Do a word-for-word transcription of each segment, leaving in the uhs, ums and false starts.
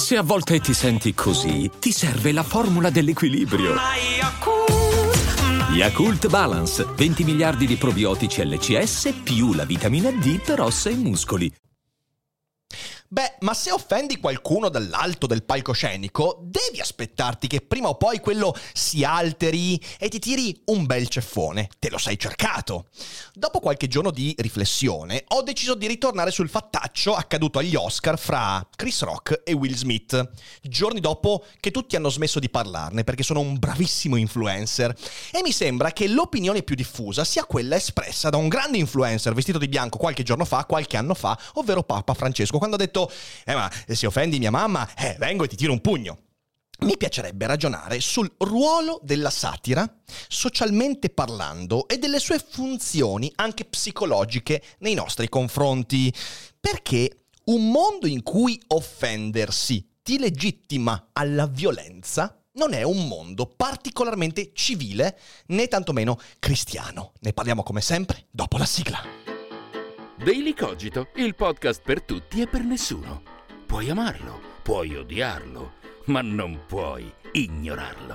Se a volte ti senti così, ti serve la formula dell'equilibrio. Yakult Balance, venti miliardi di probiotici L C S più la vitamina D per ossa e muscoli. Beh, ma se offendi qualcuno dall'alto del palcoscenico, devi aspettarti che prima o poi quello si alteri e ti tiri un bel ceffone. Te lo sei cercato. Dopo qualche giorno di riflessione, ho deciso di ritornare sul fattaccio accaduto agli Oscar fra Chris Rock e Will Smith, giorni dopo che tutti hanno smesso di parlarne perché sono un bravissimo influencer. E mi sembra che l'opinione più diffusa sia quella espressa da un grande influencer vestito di bianco qualche giorno fa, qualche anno fa, ovvero Papa Francesco, quando ha detto Eh ma se offendi mia mamma, eh vengo e ti tiro un pugno. Mi piacerebbe ragionare sul ruolo della satira, socialmente parlando, e delle sue funzioni anche psicologiche nei nostri confronti. Perché un mondo in cui offendersi ti legittima alla violenza non è un mondo particolarmente civile, né tantomeno cristiano. Ne parliamo come sempre dopo la sigla. Daily Cogito, il podcast per tutti e per nessuno. Puoi amarlo, puoi odiarlo, ma non puoi ignorarlo.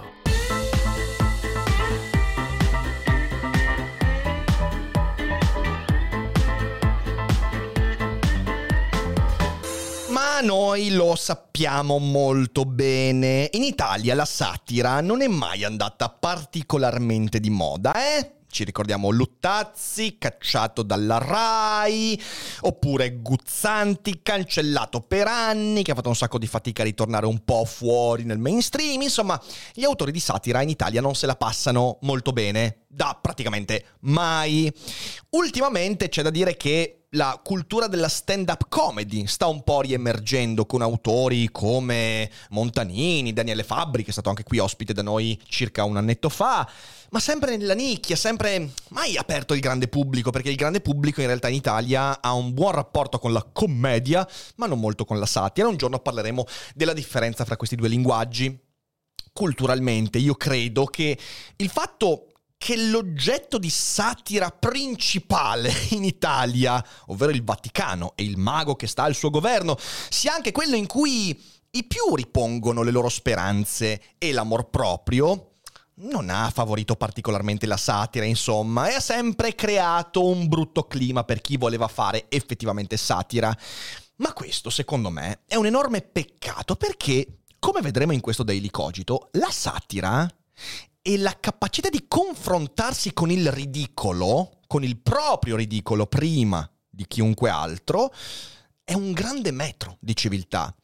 Ma noi lo sappiamo molto bene. In Italia la satira non è mai andata particolarmente di moda, eh? Ci ricordiamo Luttazzi, cacciato dalla Rai, oppure Guzzanti, cancellato per anni, che ha fatto un sacco di fatica a ritornare un po' fuori nel mainstream. Insomma, gli autori di satira in Italia non se la passano molto bene, da praticamente mai. Ultimamente c'è da dire che la cultura della stand-up comedy sta un po' riemergendo con autori come Montanini, Daniele Fabbri, che è stato anche qui ospite da noi circa un annetto fa, ma sempre nella nicchia, sempre mai aperto il grande pubblico, perché il grande pubblico in realtà in Italia ha un buon rapporto con la commedia, ma non molto con la satira. Un giorno parleremo della differenza fra questi due linguaggi. Culturalmente io credo che il fatto che l'oggetto di satira principale in Italia, ovvero il Vaticano e il mago che sta al suo governo, sia anche quello in cui i più ripongono le loro speranze e l'amor proprio, non ha favorito particolarmente la satira, insomma, e ha sempre creato un brutto clima per chi voleva fare effettivamente satira. Ma questo, secondo me, è un enorme peccato perché, come vedremo in questo Daily Cogito, la satira e la capacità di confrontarsi con il ridicolo, con il proprio ridicolo prima di chiunque altro, è un grande metro di civiltà.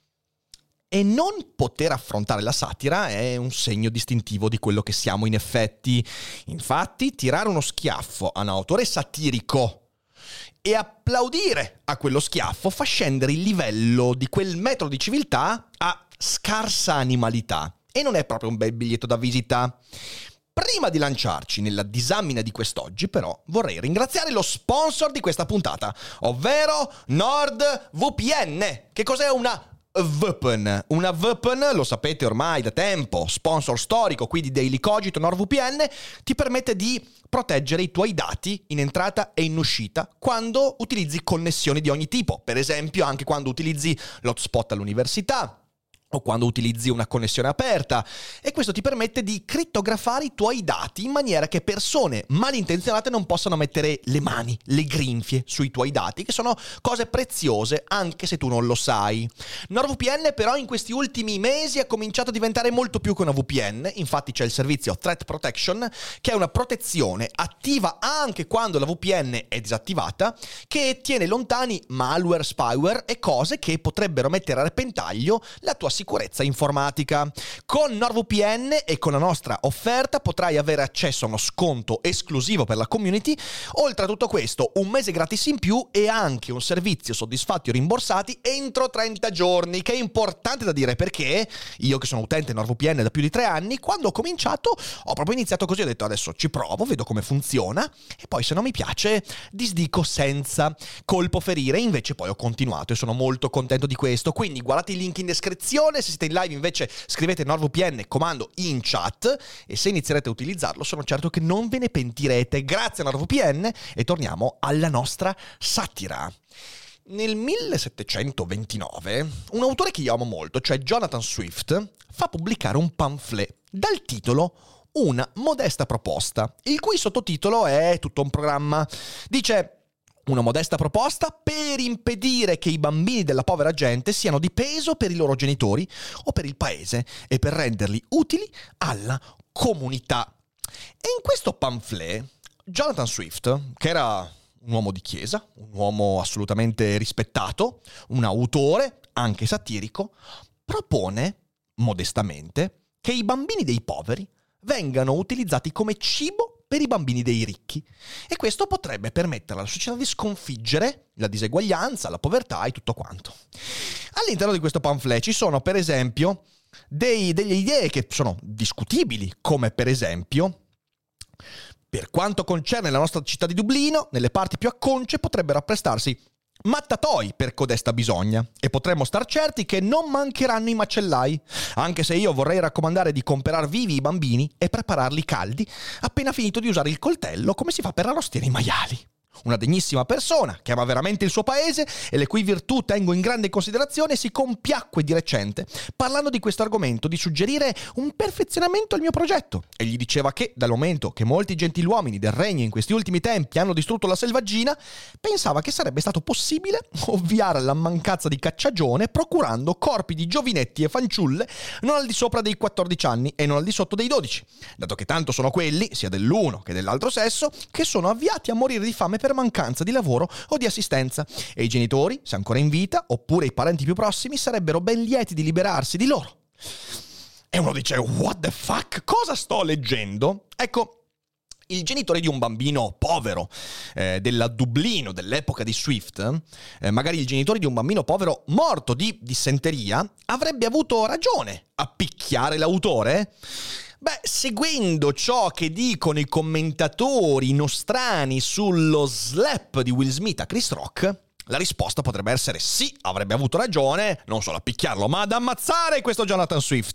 E non poter affrontare la satira è un segno distintivo di quello che siamo in effetti. Infatti, tirare uno schiaffo a un autore satirico e applaudire a quello schiaffo fa scendere il livello di quel metro di civiltà a scarsa animalità. E non è proprio un bel biglietto da visita. Prima di lanciarci nella disamina di quest'oggi, però, vorrei ringraziare lo sponsor di questa puntata, ovvero NordVPN. Che cos'è una V P N? Una V P N, lo sapete ormai da tempo, sponsor storico qui di Daily Cogito. NordVPN ti permette di proteggere i tuoi dati in entrata e in uscita quando utilizzi connessioni di ogni tipo, per esempio anche quando utilizzi l'hotspot all'università o quando utilizzi una connessione aperta, e questo ti permette di crittografare i tuoi dati in maniera che persone malintenzionate non possano mettere le mani, le grinfie sui tuoi dati, che sono cose preziose anche se tu non lo sai. NordVPN però in questi ultimi mesi ha cominciato a diventare molto più che una V P N. Infatti c'è il servizio Threat Protection, che è una protezione attiva anche quando la V P N è disattivata, che tiene lontani malware, spyware e cose che potrebbero mettere a repentaglio la tua sicurezza informatica. Con NordVPN e con la nostra offerta potrai avere accesso a uno sconto esclusivo per la community. Oltre a tutto questo, un mese gratis in più e anche un servizio soddisfatti o rimborsati entro trenta giorni, che è importante da dire perché io, che sono utente NordVPN da più di tre anni, quando ho cominciato ho proprio iniziato così, ho detto adesso ci provo, vedo come funziona e poi se non mi piace disdico senza colpo ferire. Invece poi ho continuato e sono molto contento di questo, quindi guardate il link in descrizione. Se siete in live invece scrivete NordVPN comando in chat e se inizierete a utilizzarlo sono certo che non ve ne pentirete. Grazie a NordVPN e torniamo alla nostra satira. nel millesettecentoventinove un autore che io amo molto, cioè Jonathan Swift, fa pubblicare un pamphlet dal titolo Una modesta proposta, il cui sottotitolo è tutto un programma. Dice: una modesta proposta per impedire che i bambini della povera gente siano di peso per i loro genitori o per il paese e per renderli utili alla comunità. E in questo pamphlet Jonathan Swift, che era un uomo di chiesa, un uomo assolutamente rispettato, un autore anche satirico, propone modestamente che i bambini dei poveri vengano utilizzati come cibo per i bambini dei ricchi, e questo potrebbe permettere alla società di sconfiggere la diseguaglianza, la povertà e tutto quanto. All'interno di questo pamphlet ci sono, per esempio, dei, delle idee che sono discutibili, come per esempio: per quanto concerne la nostra città di Dublino, nelle parti più acconce potrebbero apprestarsi mattatoi per codesta bisogna, e potremmo star certi che non mancheranno i macellai, anche se io vorrei raccomandare di comperar vivi i bambini e prepararli caldi appena finito di usare il coltello, come si fa per arrostire i maiali. Una degnissima persona che ama veramente il suo paese e le cui virtù tengo in grande considerazione si compiacque di recente, parlando di questo argomento, di suggerire un perfezionamento al mio progetto. E gli diceva che, dal momento che molti gentiluomini del regno in questi ultimi tempi hanno distrutto la selvaggina, pensava che sarebbe stato possibile ovviare alla mancanza di cacciagione procurando corpi di giovinetti e fanciulle non al di sopra dei quattordici anni e non al di sotto dei dodici, dato che tanto sono quelli, sia dell'uno che dell'altro sesso, che sono avviati a morire di fame per mancanza di lavoro o di assistenza, e i genitori, se ancora in vita, oppure i parenti più prossimi, sarebbero ben lieti di liberarsi di loro. E uno dice: what the fuck? Cosa sto leggendo? Ecco, il genitore di un bambino povero eh, della Dublino dell'epoca di Swift, eh, magari il genitore di un bambino povero morto di dissenteria, avrebbe avuto ragione a picchiare l'autore? Beh, seguendo ciò che dicono i commentatori nostrani sullo slap di Will Smith a Chris Rock, la risposta potrebbe essere sì, avrebbe avuto ragione, non solo a picchiarlo, ma ad ammazzare questo Jonathan Swift.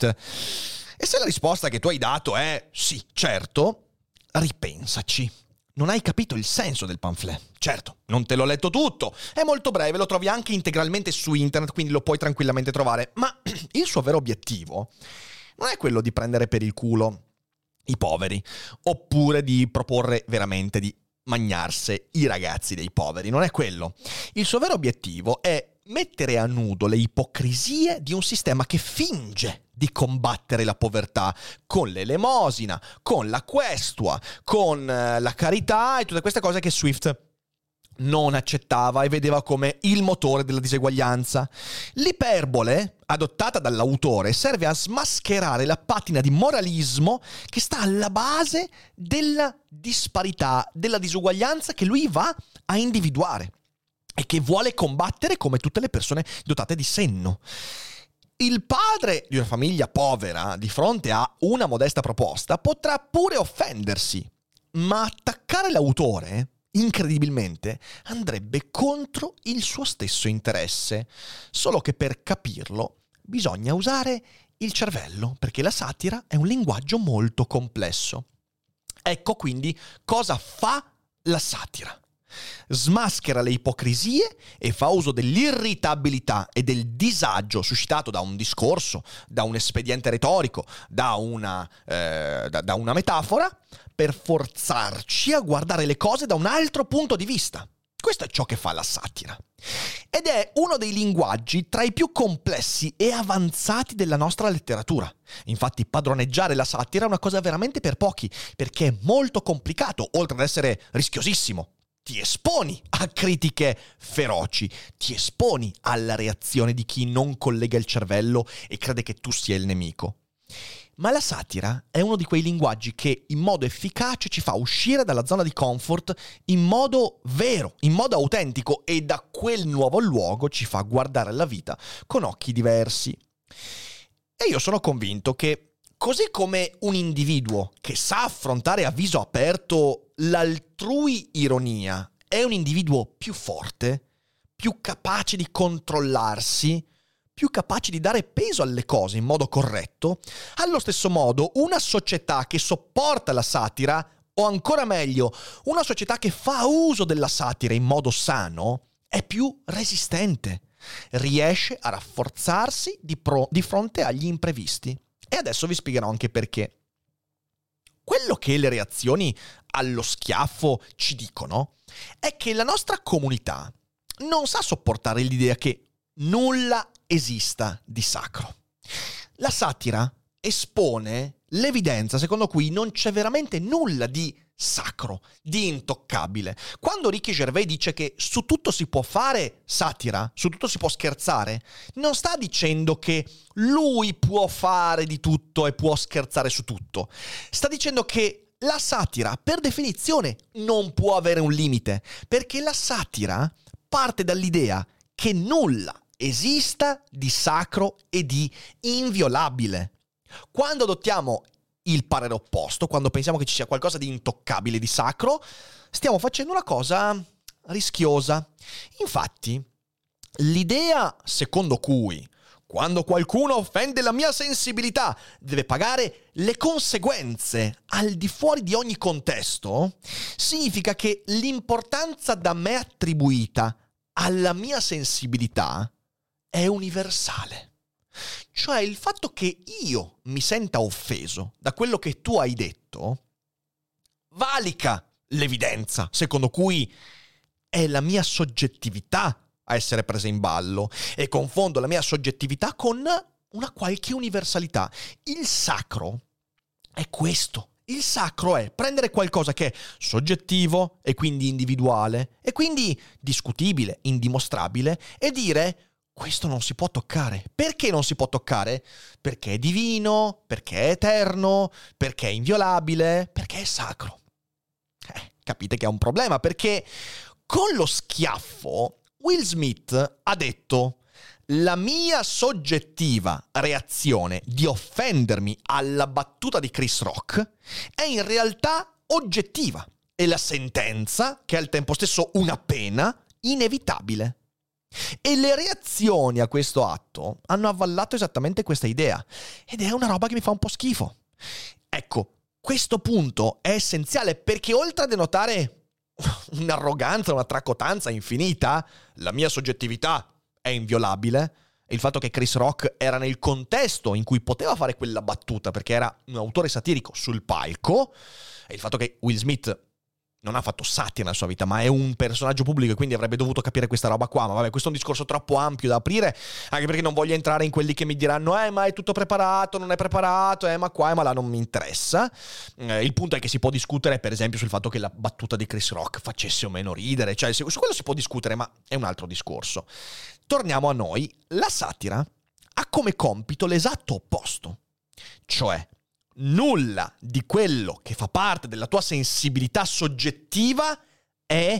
E se la risposta che tu hai dato è sì, certo, ripensaci. Non hai capito il senso del pamphlet. Certo, non te l'ho letto tutto, è molto breve, lo trovi anche integralmente su internet, quindi lo puoi tranquillamente trovare, ma il suo vero obiettivo non è quello di prendere per il culo i poveri, oppure di proporre veramente di magnarsi i ragazzi dei poveri, non è quello. Il suo vero obiettivo è mettere a nudo le ipocrisie di un sistema che finge di combattere la povertà con l'elemosina, con la questua, con la carità e tutte queste cose che Swift non accettava e vedeva come il motore della diseguaglianza. L'iperbole adottata dall'autore serve a smascherare la patina di moralismo che sta alla base della disparità, della disuguaglianza che lui va a individuare e che vuole combattere come tutte le persone dotate di senno. Il padre di una famiglia povera, di fronte a una modesta proposta, potrà pure offendersi, ma attaccare l'autore, incredibilmente, andrebbe contro il suo stesso interesse. Solo che per capirlo bisogna usare il cervello, perché la satira è un linguaggio molto complesso. Ecco quindi cosa fa la satira. Smaschera le ipocrisie e fa uso dell'irritabilità e del disagio suscitato da un discorso, da un espediente retorico, da una, eh, da, da una metafora, per forzarci a guardare le cose da un altro punto di vista. Questo è ciò che fa la satira. Ed è uno dei linguaggi tra i più complessi e avanzati della nostra letteratura. Infatti padroneggiare la satira è una cosa veramente per pochi, perché è molto complicato, oltre ad essere rischiosissimo. Ti esponi a critiche feroci, ti esponi alla reazione di chi non collega il cervello e crede che tu sia il nemico. Ma la satira è uno di quei linguaggi che in modo efficace ci fa uscire dalla zona di comfort in modo vero, in modo autentico, e da quel nuovo luogo ci fa guardare alla vita con occhi diversi. E io sono convinto che, così come un individuo che sa affrontare a viso aperto l'altrui ironia è un individuo più forte, più capace di controllarsi, più capace di dare peso alle cose in modo corretto, allo stesso modo una società che sopporta la satira, o ancora meglio, una società che fa uso della satira in modo sano, è più resistente, riesce a rafforzarsi di, pro- di fronte agli imprevisti. E adesso vi spiegherò anche perché. Quello che le reazioni allo schiaffo ci dicono è che la nostra comunità non sa sopportare l'idea che nulla esista di sacro. La satira espone l'evidenza secondo cui non c'è veramente nulla di sacro, di intoccabile. Quando Ricky Gervais dice che su tutto si può fare satira, su tutto si può scherzare, non sta dicendo che lui può fare di tutto e può scherzare su tutto. Sta dicendo che la satira, per definizione, non può avere un limite, perché la satira parte dall'idea che nulla esista di sacro e di inviolabile. Quando adottiamo il parere opposto, quando pensiamo che ci sia qualcosa di intoccabile, di sacro, stiamo facendo una cosa rischiosa. Infatti, l'idea secondo cui quando qualcuno offende la mia sensibilità deve pagare le conseguenze al di fuori di ogni contesto, significa che l'importanza da me attribuita alla mia sensibilità è universale. Cioè il fatto che io mi senta offeso da quello che tu hai detto valica l'evidenza secondo cui è la mia soggettività a essere presa in ballo e confondo la mia soggettività con una qualche universalità. Il sacro è questo. Il sacro è prendere qualcosa che è soggettivo e quindi individuale e quindi discutibile, indimostrabile e dire questo non si può toccare. Perché non si può toccare? Perché è divino, perché è eterno, perché è inviolabile, perché è sacro. Eh, capite che è un problema, perché con lo schiaffo Will Smith ha detto: la mia soggettiva reazione di offendermi alla battuta di Chris Rock è in realtà oggettiva e la sentenza, che è al tempo stesso una pena, inevitabile. E le reazioni a questo atto hanno avvallato esattamente questa idea ed è una roba che mi fa un po' schifo. Ecco, questo punto è essenziale perché oltre a denotare un'arroganza, una tracotanza infinita, la mia soggettività è inviolabile, e il fatto che Chris Rock era nel contesto in cui poteva fare quella battuta perché era un autore satirico sul palco, e il fatto che Will Smith non ha fatto satira nella sua vita, ma è un personaggio pubblico e quindi avrebbe dovuto capire questa roba qua. Ma vabbè, questo è un discorso troppo ampio da aprire, anche perché non voglio entrare in quelli che mi diranno eh ma è tutto preparato, non è preparato, eh ma qua e ma là, non mi interessa. Eh, il punto è che si può discutere per esempio sul fatto che la battuta di Chris Rock facesse o meno ridere, cioè su quello si può discutere, ma è un altro discorso. Torniamo a noi. La satira ha come compito l'esatto opposto, cioè nulla di quello che fa parte della tua sensibilità soggettiva è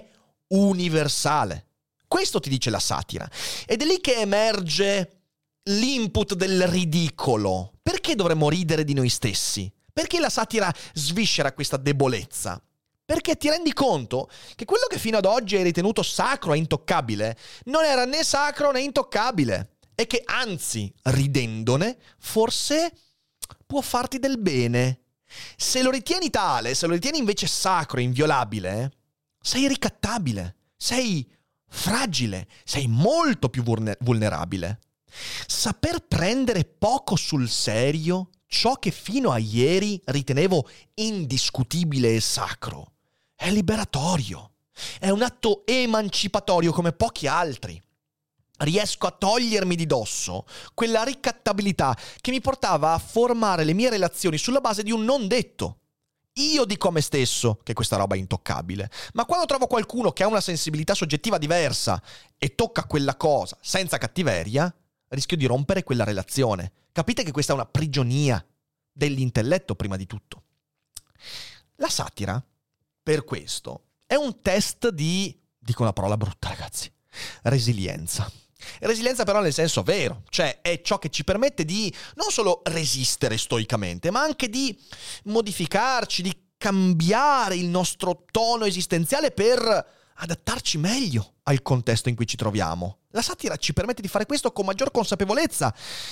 universale. Questo ti dice la satira. Ed è lì che emerge l'input del ridicolo. Perché dovremmo ridere di noi stessi? Perché la satira sviscera questa debolezza? Perché ti rendi conto che quello che fino ad oggi hai ritenuto sacro e intoccabile non era né sacro né intoccabile. E che anzi, ridendone, forse può farti del bene. Se lo ritieni tale, se lo ritieni invece sacro e inviolabile, sei ricattabile, sei fragile, sei molto più vulnerabile. Saper prendere poco sul serio ciò che fino a ieri ritenevo indiscutibile e sacro è liberatorio, è un atto emancipatorio come pochi altri. Riesco a togliermi di dosso quella ricattabilità che mi portava a formare le mie relazioni sulla base di un non detto. Io dico a me stesso che questa roba è intoccabile, ma quando trovo qualcuno che ha una sensibilità soggettiva diversa e tocca quella cosa senza cattiveria, rischio di rompere quella relazione. Capite che questa è una prigionia dell'intelletto prima di tutto. La satira, per questo, è un test di, dico una parola brutta ragazzi, resilienza. Resilienza però nel senso vero, cioè è ciò che ci permette di non solo resistere stoicamente, ma anche di modificarci, di cambiare il nostro tono esistenziale per adattarci meglio al contesto in cui ci troviamo. La satira ci permette di fare questo con maggior consapevolezza.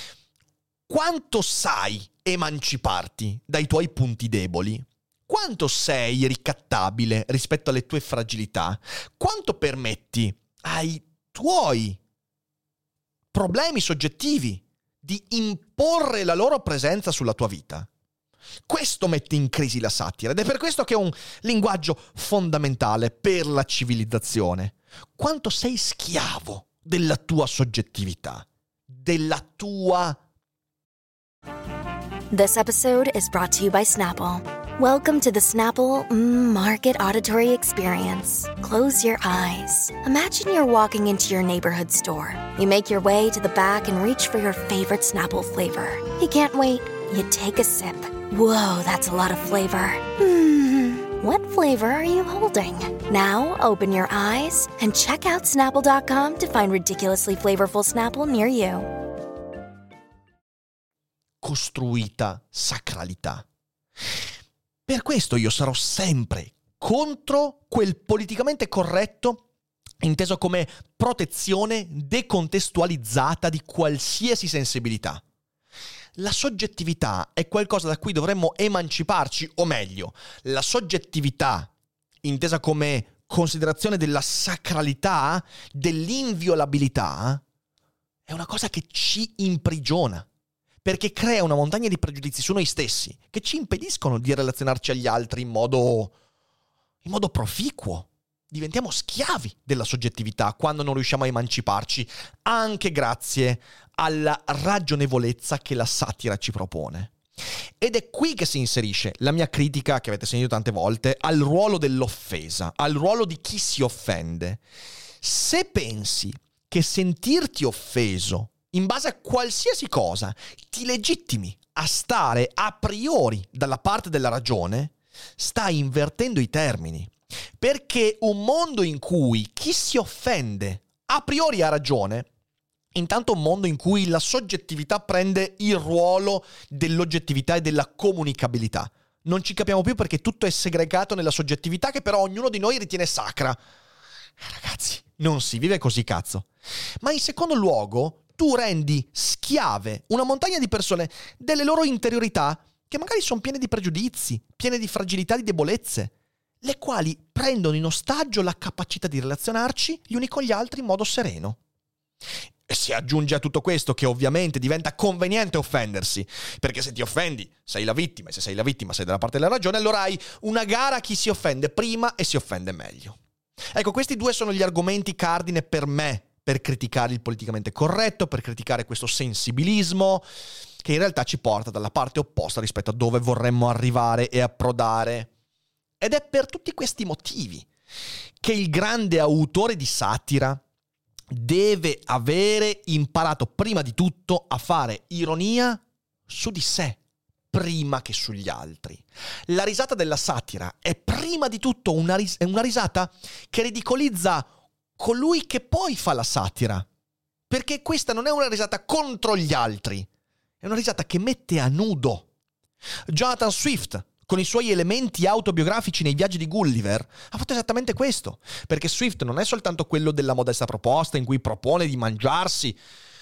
Quanto sai emanciparti dai tuoi punti deboli? Quanto sei ricattabile rispetto alle tue fragilità? Quanto permetti ai tuoi problemi soggettivi di imporre la loro presenza sulla tua vita. Questo mette in crisi la satira ed è per questo che è un linguaggio fondamentale per la civilizzazione. Quanto sei schiavo della tua soggettività, della tua... This episode is brought to you by Snapple. Welcome to the Snapple mm, Market Auditory Experience. Close your eyes. Imagine you're walking into your neighborhood store. You make your way to the back and reach for your favorite Snapple flavor. You can't wait. You take a sip. Whoa, that's a lot of flavor. Hmm, what flavor are you holding? Now open your eyes and check out Snapple dot com to find ridiculously flavorful Snapple near you. Costruita sacralità. Per questo io sarò sempre contro quel politicamente corretto inteso come protezione decontestualizzata di qualsiasi sensibilità. La soggettività è qualcosa da cui dovremmo emanciparci, o meglio, la soggettività, intesa come considerazione della sacralità, dell'inviolabilità, è una cosa che ci imprigiona, perché crea una montagna di pregiudizi su noi stessi che ci impediscono di relazionarci agli altri in modo, in modo proficuo. Diventiamo schiavi della soggettività quando non riusciamo a emanciparci, anche grazie alla ragionevolezza che la satira ci propone. Ed è qui che si inserisce la mia critica, che avete sentito tante volte, al ruolo dell'offesa, al ruolo di chi si offende. Se pensi che sentirti offeso in base a qualsiasi cosa ti legittimi a stare a priori dalla parte della ragione, stai invertendo i termini. Perché un mondo in cui chi si offende a priori ha ragione, intanto un mondo in cui la soggettività prende il ruolo dell'oggettività e della comunicabilità. Non ci capiamo più perché tutto è segregato nella soggettività che però ognuno di noi ritiene sacra. Ragazzi, non si vive così, cazzo. Ma in secondo luogo, tu rendi schiave una montagna di persone delle loro interiorità che magari sono piene di pregiudizi, piene di fragilità, di debolezze, le quali prendono in ostaggio la capacità di relazionarci gli uni con gli altri in modo sereno. E si aggiunge a tutto questo che ovviamente diventa conveniente offendersi, perché se ti offendi sei la vittima, e se sei la vittima sei dalla parte della ragione, allora hai una gara a chi si offende prima e si offende meglio. Ecco, questi due sono gli argomenti cardine per me, per criticare il politicamente corretto, per criticare questo sensibilismo, che in realtà ci porta dalla parte opposta rispetto a dove vorremmo arrivare e approdare. Ed è per tutti questi motivi che il grande autore di satira deve avere imparato prima di tutto a fare ironia su di sé, prima che sugli altri. La risata della satira è prima di tutto una, ris- una risata che ridicolizza colui che poi fa la satira, perché questa non è una risata contro gli altri, è una risata che mette a nudo. Jonathan Swift, con i suoi elementi autobiografici nei viaggi di Gulliver, ha fatto esattamente questo, perché Swift non è soltanto quello della modesta proposta in cui propone di mangiarsi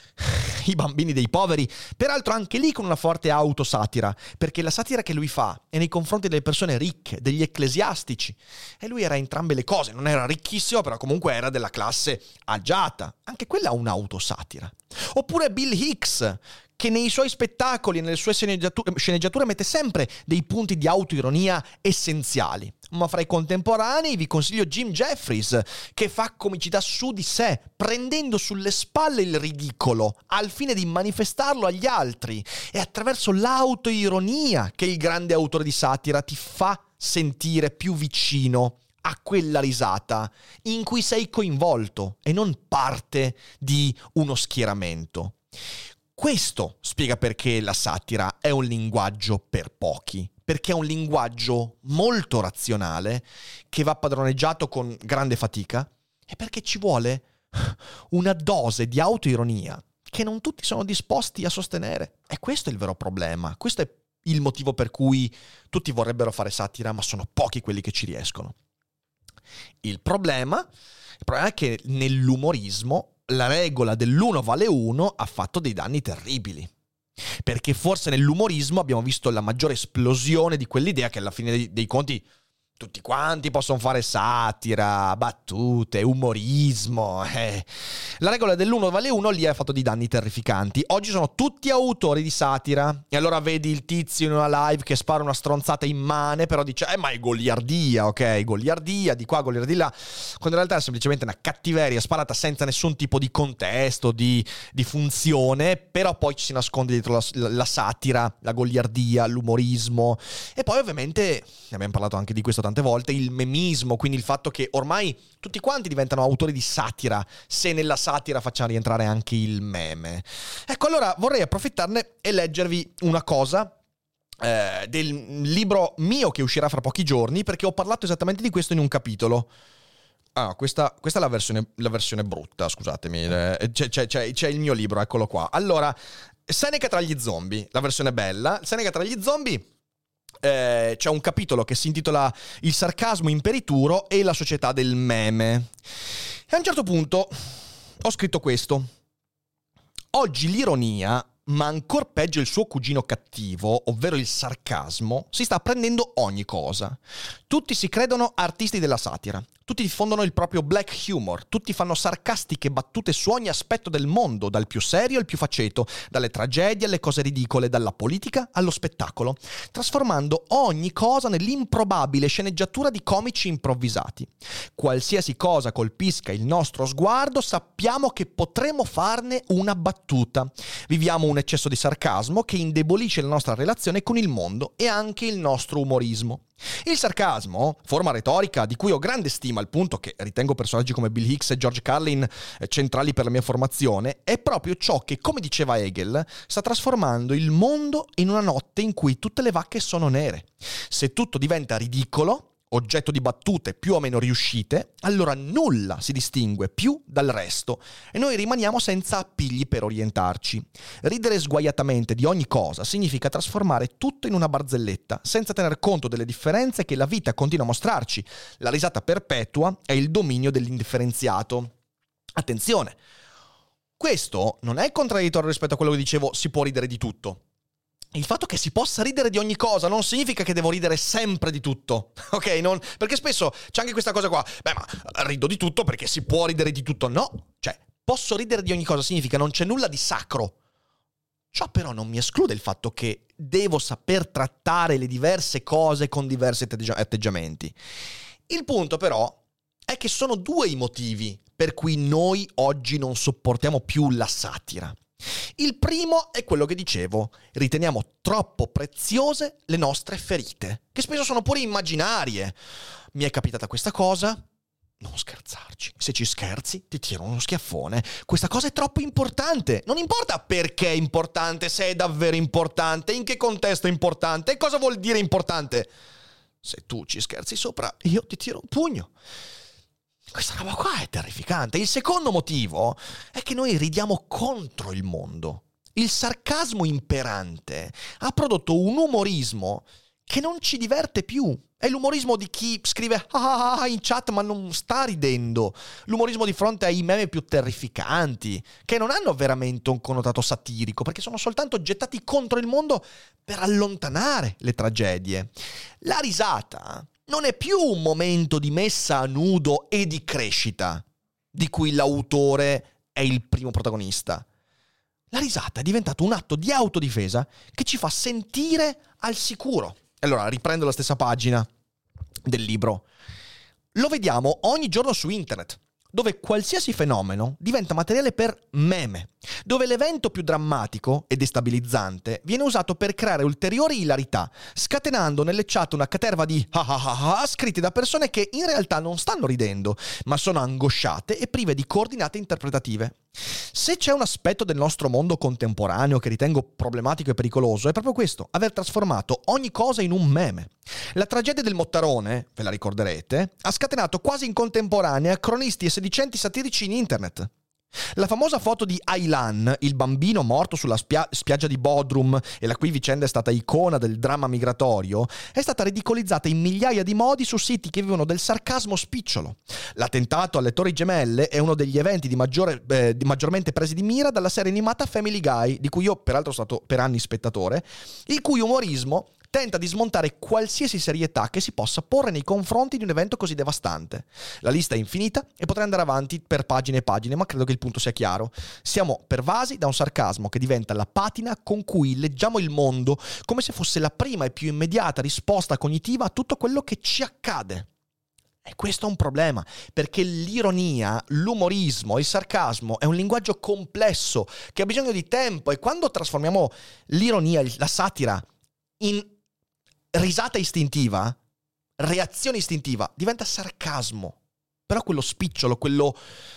i bambini dei poveri, peraltro anche lì con una forte autosatira, perché la satira che lui fa è nei confronti delle persone ricche, degli ecclesiastici, e lui era entrambe le cose, non era ricchissimo, però comunque era della classe agiata, anche quella ha un'autosatira. Oppure Bill Hicks, che nei suoi spettacoli e nelle sue sceneggiature, sceneggiature mette sempre dei punti di autoironia essenziali. Ma fra i contemporanei vi consiglio Jim Jeffries, che fa comicità su di sé, prendendo sulle spalle il ridicolo, al fine di manifestarlo agli altri. È attraverso l'autoironia che il grande autore di satira ti fa sentire più vicino a quella risata in cui sei coinvolto e non parte di uno schieramento. Questo spiega perché la satira è un linguaggio per pochi, perché è un linguaggio molto razionale che va padroneggiato con grande fatica e perché ci vuole una dose di autoironia che non tutti sono disposti a sostenere. E questo è il vero problema, questo è il motivo per cui tutti vorrebbero fare satira, ma sono pochi quelli che ci riescono. Il problema, il problema è che nell'umorismo la regola dell'uno vale uno ha fatto dei danni terribili. Perché forse nell'umorismo abbiamo visto la maggiore esplosione di quell'idea che alla fine dei, dei conti Tutti quanti possono fare satira, battute, umorismo. Eh. La regola dell'uno vale uno lì ha fatto di danni terrificanti. Oggi sono tutti autori di satira. E allora vedi il tizio in una live che spara una stronzata immane, però dice, eh ma è goliardia, ok? Goliardia, di qua, goliardia di là. Quando in realtà è semplicemente una cattiveria sparata senza nessun tipo di contesto, di, di funzione, però poi ci si nasconde dietro la, la, la satira, la goliardia, l'umorismo. E poi ovviamente, ne abbiamo parlato anche di questo tante volte, il memismo, quindi il fatto che ormai tutti quanti diventano autori di satira se nella satira facciamo rientrare anche il meme. Ecco, allora vorrei approfittarne e leggervi una cosa eh, del libro mio che uscirà fra pochi giorni, perché ho parlato esattamente di questo in un capitolo. Ah, questa, questa è la versione, la versione brutta, scusatemi, c'è, c'è, c'è, c'è il mio libro, eccolo qua. Allora, Seneca tra gli zombie, la versione bella. Seneca tra gli zombie. Eh, c'è un capitolo che si intitola Il sarcasmo imperituro e la società del meme. E a un certo punto ho scritto questo: oggi l'ironia, ma ancor peggio il suo cugino cattivo, ovvero il sarcasmo, si sta prendendo ogni cosa. Tutti si credono artisti della satira, tutti diffondono il proprio black humor, tutti fanno sarcastiche battute su ogni aspetto del mondo, dal più serio al più faceto, dalle tragedie alle cose ridicole, dalla politica allo spettacolo, trasformando ogni cosa nell'improbabile sceneggiatura di comici improvvisati. Qualsiasi cosa colpisca il nostro sguardo, sappiamo che potremo farne una battuta. Viviamo un eccesso di sarcasmo che indebolisce la nostra relazione con il mondo e anche il nostro umorismo. Il sarcasmo, forma retorica di cui ho grande stima al punto che ritengo personaggi come Bill Hicks e George Carlin centrali per la mia formazione, è proprio ciò che, come diceva Hegel, sta trasformando il mondo in una notte in cui tutte le vacche sono nere. Se tutto diventa ridicolo, oggetto di battute più o meno riuscite, allora nulla si distingue più dal resto e noi rimaniamo senza appigli per orientarci. Ridere sguaiatamente di ogni cosa significa trasformare tutto in una barzelletta, senza tener conto delle differenze che la vita continua a mostrarci. La risata perpetua è il dominio dell'indifferenziato. Attenzione, questo non è contraddittorio rispetto a quello che dicevo, si può ridere di tutto. Il fatto che si possa ridere di ogni cosa non significa che devo ridere sempre di tutto, ok? Non, perché spesso c'è anche questa cosa qua, beh ma rido di tutto perché si può ridere di tutto, no? Cioè, posso ridere di ogni cosa significa non c'è nulla di sacro. Ciò però non mi esclude il fatto che devo saper trattare le diverse cose con diversi atteggiamenti. Il punto però è che sono due i motivi per cui noi oggi non sopportiamo più la satira. Il primo è quello che dicevo, riteniamo troppo preziose le nostre ferite, che spesso sono pure immaginarie. Mi è capitata questa cosa? Non scherzarci. Se ci scherzi, ti tiro uno schiaffone. Questa cosa è troppo importante. Non importa perché è importante, se è davvero importante, in che contesto è importante e cosa vuol dire importante. Se tu ci scherzi sopra, io ti tiro un pugno. Questa roba qua è terrificante. Il secondo motivo è che noi ridiamo contro il mondo. Il sarcasmo imperante ha prodotto un umorismo che non ci diverte più. È l'umorismo di chi scrive ah, ah, ah in chat ma non sta ridendo. L'umorismo di fronte ai meme più terrificanti, che non hanno veramente un connotato satirico, perché sono soltanto gettati contro il mondo per allontanare le tragedie. La risata non è più un momento di messa a nudo e di crescita, di cui l'autore è il primo protagonista. La risata è diventato un atto di autodifesa che ci fa sentire al sicuro. Allora, riprendo la stessa pagina del libro. Lo vediamo ogni giorno su internet, dove qualsiasi fenomeno diventa materiale per meme, dove l'evento più drammatico e destabilizzante viene usato per creare ulteriori ilarità, scatenando nelle chat una caterva di ah ah ah ah scritti da persone che in realtà non stanno ridendo, ma sono angosciate e prive di coordinate interpretative. Se c'è un aspetto del nostro mondo contemporaneo che ritengo problematico e pericoloso, è proprio questo, aver trasformato ogni cosa in un meme. La tragedia del Mottarone, ve la ricorderete, ha scatenato quasi in contemporanea cronisti e sedicenti satirici in internet. La famosa foto di Aylan, il bambino morto sulla spia- spiaggia di Bodrum e la cui vicenda è stata icona del dramma migratorio, è stata ridicolizzata in migliaia di modi su siti che vivono del sarcasmo spicciolo. L'attentato alle Torri Gemelle è uno degli eventi di, maggiore, eh, di maggiormente presi di mira dalla serie animata Family Guy, di cui io peraltro sono stato per anni spettatore, il cui umorismo tenta di smontare qualsiasi serietà che si possa porre nei confronti di un evento così devastante. La lista è infinita e potrei andare avanti per pagine e pagine, ma credo che il punto sia chiaro. Siamo pervasi da un sarcasmo che diventa la patina con cui leggiamo il mondo come se fosse la prima e più immediata risposta cognitiva a tutto quello che ci accade. E questo è un problema, perché l'ironia, l'umorismo, il sarcasmo è un linguaggio complesso che ha bisogno di tempo, e quando trasformiamo l'ironia, la satira, in risata istintiva, reazione istintiva, diventa sarcasmo. Però quello spicciolo, quello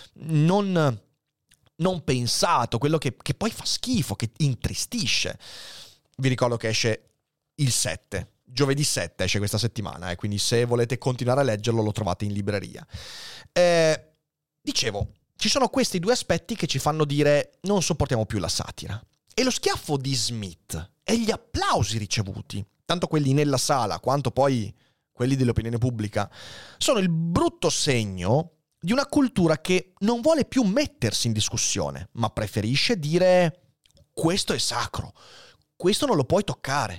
non, non pensato, quello che, che poi fa schifo, che intristisce. Vi ricordo che esce il sette. Giovedì sette esce questa settimana, eh, quindi se volete continuare a leggerlo lo trovate in libreria. Eh, dicevo, ci sono questi due aspetti che ci fanno dire non sopportiamo più la satira. E lo schiaffo di Smith e gli applausi ricevuti, tanto quelli nella sala quanto poi quelli dell'opinione pubblica, sono il brutto segno di una cultura che non vuole più mettersi in discussione, ma preferisce dire questo è sacro, questo non lo puoi toccare.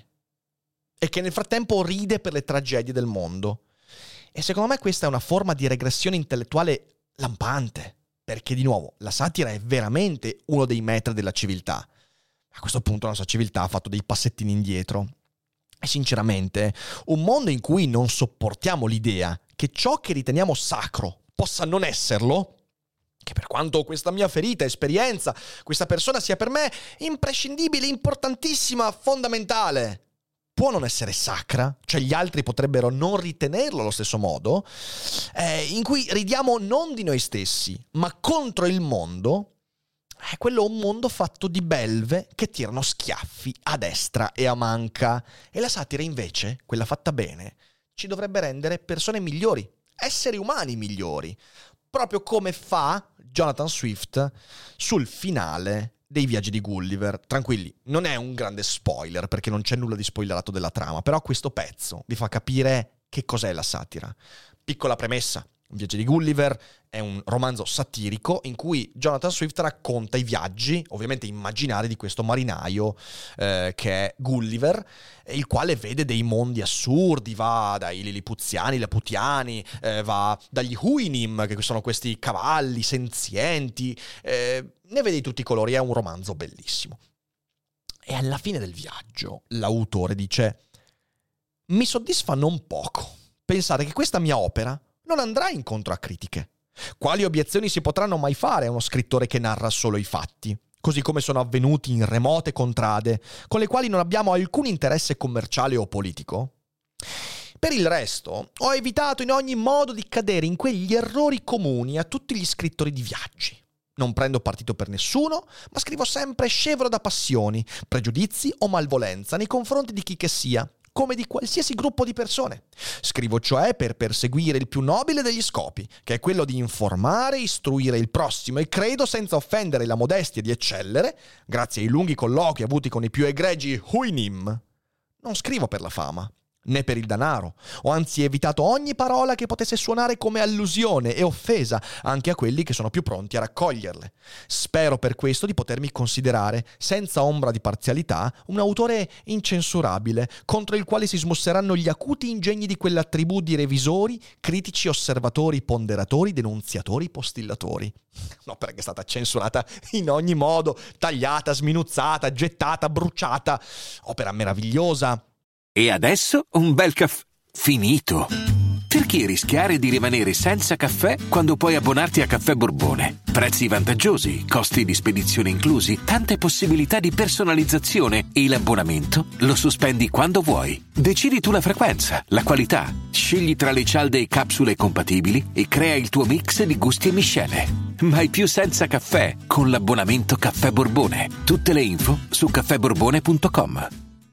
E che nel frattempo ride per le tragedie del mondo. E secondo me questa è una forma di regressione intellettuale lampante, perché di nuovo la satira è veramente uno dei metri della civiltà. A questo punto la nostra civiltà ha fatto dei passettini indietro. E sinceramente, un mondo in cui non sopportiamo l'idea che ciò che riteniamo sacro possa non esserlo, che per quanto questa mia ferita, esperienza, questa persona sia per me imprescindibile, importantissima, fondamentale, può non essere sacra, cioè gli altri potrebbero non ritenerlo allo stesso modo, eh, in cui ridiamo non di noi stessi, ma contro il mondo, è quello un mondo fatto di belve che tirano schiaffi a destra e a manca. E la satira invece, quella fatta bene, ci dovrebbe rendere persone migliori, esseri umani migliori, proprio come fa Jonathan Swift sul finale dei Viaggi di Gulliver. Tranquilli, non è un grande spoiler perché non c'è nulla di spoilerato della trama, però questo pezzo vi fa capire che cos'è la satira. Piccola premessa: Viaggi di Gulliver è un romanzo satirico in cui Jonathan Swift racconta i viaggi, ovviamente immaginari, di questo marinaio eh, che è Gulliver, il quale vede dei mondi assurdi, va dai lilipuziani, laputiani, eh, va dagli Huinim, che sono questi cavalli senzienti, eh, ne vede di tutti i colori, è un romanzo bellissimo. E alla fine del viaggio l'autore dice: mi soddisfa non poco pensare che questa mia opera non andrà incontro a critiche. Quali obiezioni si potranno mai fare a uno scrittore che narra solo i fatti, così come sono avvenuti in remote contrade, con le quali non abbiamo alcun interesse commerciale o politico? Per il resto, ho evitato in ogni modo di cadere in quegli errori comuni a tutti gli scrittori di viaggi. Non prendo partito per nessuno, ma scrivo sempre scevro da passioni, pregiudizi o malvolenza nei confronti di chi che sia, come di qualsiasi gruppo di persone. Scrivo cioè per perseguire il più nobile degli scopi, che è quello di informare e istruire il prossimo, e credo senza offendere la modestia di eccellere, grazie ai lunghi colloqui avuti con i più egregi Huinim. Non scrivo per la fama, né per il danaro. Ho anzi evitato ogni parola che potesse suonare come allusione e offesa anche a quelli che sono più pronti a raccoglierle. Spero per questo di potermi considerare, senza ombra di parzialità, un autore incensurabile, contro il quale si smusseranno gli acuti ingegni di quella tribù di revisori, critici, osservatori, ponderatori, denunziatori, postillatori. Un'opera che è stata censurata in ogni modo, tagliata, sminuzzata, gettata, bruciata. Opera meravigliosa. E adesso un bel caffè finito. Perché rischiare di rimanere senza caffè quando puoi abbonarti a Caffè Borbone? Prezzi vantaggiosi, costi di spedizione inclusi, tante possibilità di personalizzazione e l'abbonamento lo sospendi quando vuoi. Decidi tu la frequenza, la qualità, scegli tra le cialde e capsule compatibili e crea il tuo mix di gusti e miscele. Mai più senza caffè con l'abbonamento Caffè Borbone. Tutte le info su caffè borbone punto com.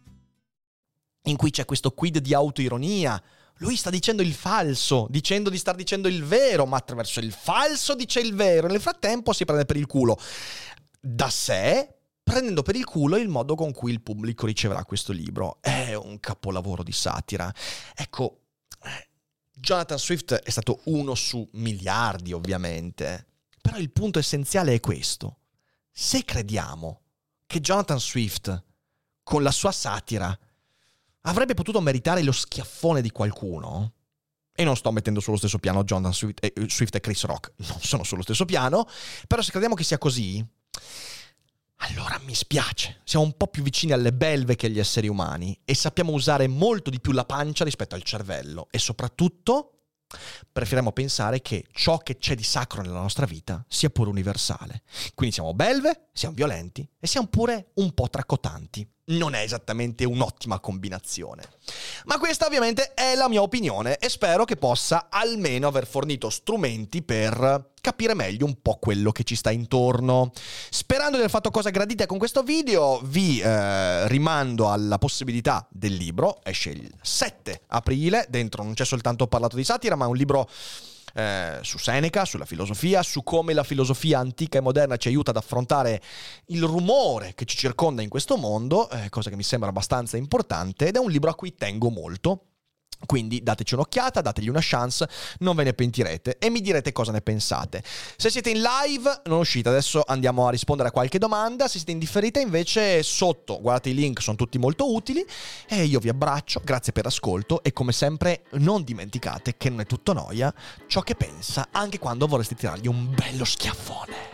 In cui c'è questo quid di autoironia. Lui sta dicendo il falso, dicendo di star dicendo il vero, ma attraverso il falso dice il vero. Nel frattempo si prende per il culo da sé, prendendo per il culo il modo con cui il pubblico riceverà questo libro. È un capolavoro di satira. Ecco, Jonathan Swift è stato uno su miliardi, ovviamente. Però il punto essenziale è questo. Se crediamo che Jonathan Swift, con la sua satira, avrebbe potuto meritare lo schiaffone di qualcuno. E non sto mettendo sullo stesso piano Jordan Swift e, Swift e Chris Rock, non sono sullo stesso piano, però se crediamo che sia così, allora mi spiace. Siamo un po' più vicini alle belve che agli esseri umani e sappiamo usare molto di più la pancia rispetto al cervello e soprattutto preferiamo pensare che ciò che c'è di sacro nella nostra vita sia pure universale. Quindi siamo belve, siamo violenti e siamo pure un po' tracotanti. Non è esattamente un'ottima combinazione. Ma questa ovviamente è la mia opinione e spero che possa almeno aver fornito strumenti per capire meglio un po' quello che ci sta intorno. Sperando di aver fatto cose gradite con questo video, vi eh, rimando alla possibilità del libro. Esce il sette aprile, dentro non c'è soltanto parlato di satira, ma è un libro Eh, su Seneca, sulla filosofia, su come la filosofia antica e moderna ci aiuta ad affrontare il rumore che ci circonda in questo mondo, eh, cosa che mi sembra abbastanza importante, ed è un libro a cui tengo molto. Quindi dateci un'occhiata, dategli una chance, non ve ne pentirete e mi direte cosa ne pensate. Se siete in live non uscite, adesso andiamo a rispondere a qualche domanda. Se siete in differita invece sotto, guardate i link, sono tutti molto utili e io vi abbraccio, grazie per l'ascolto e come sempre non dimenticate che non è tutto noia ciò che pensa anche quando vorreste tirargli un bello schiaffone.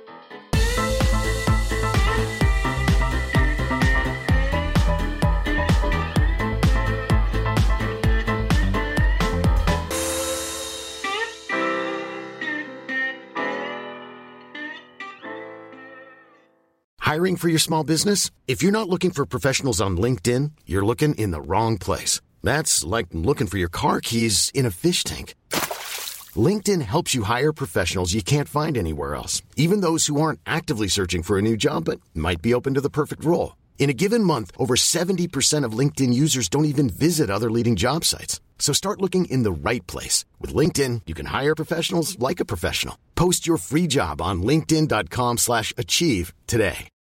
Hiring for your small business? If you're not looking for professionals on LinkedIn, you're looking in the wrong place. That's like looking for your car keys in a fish tank. LinkedIn helps you hire professionals you can't find anywhere else, even those who aren't actively searching for a new job but might be open to the perfect role. In a given month, over seventy percent of LinkedIn users don't even visit other leading job sites. So start looking in the right place. With LinkedIn, you can hire professionals like a professional. Post your free job on linkedin dot com slash achieve today.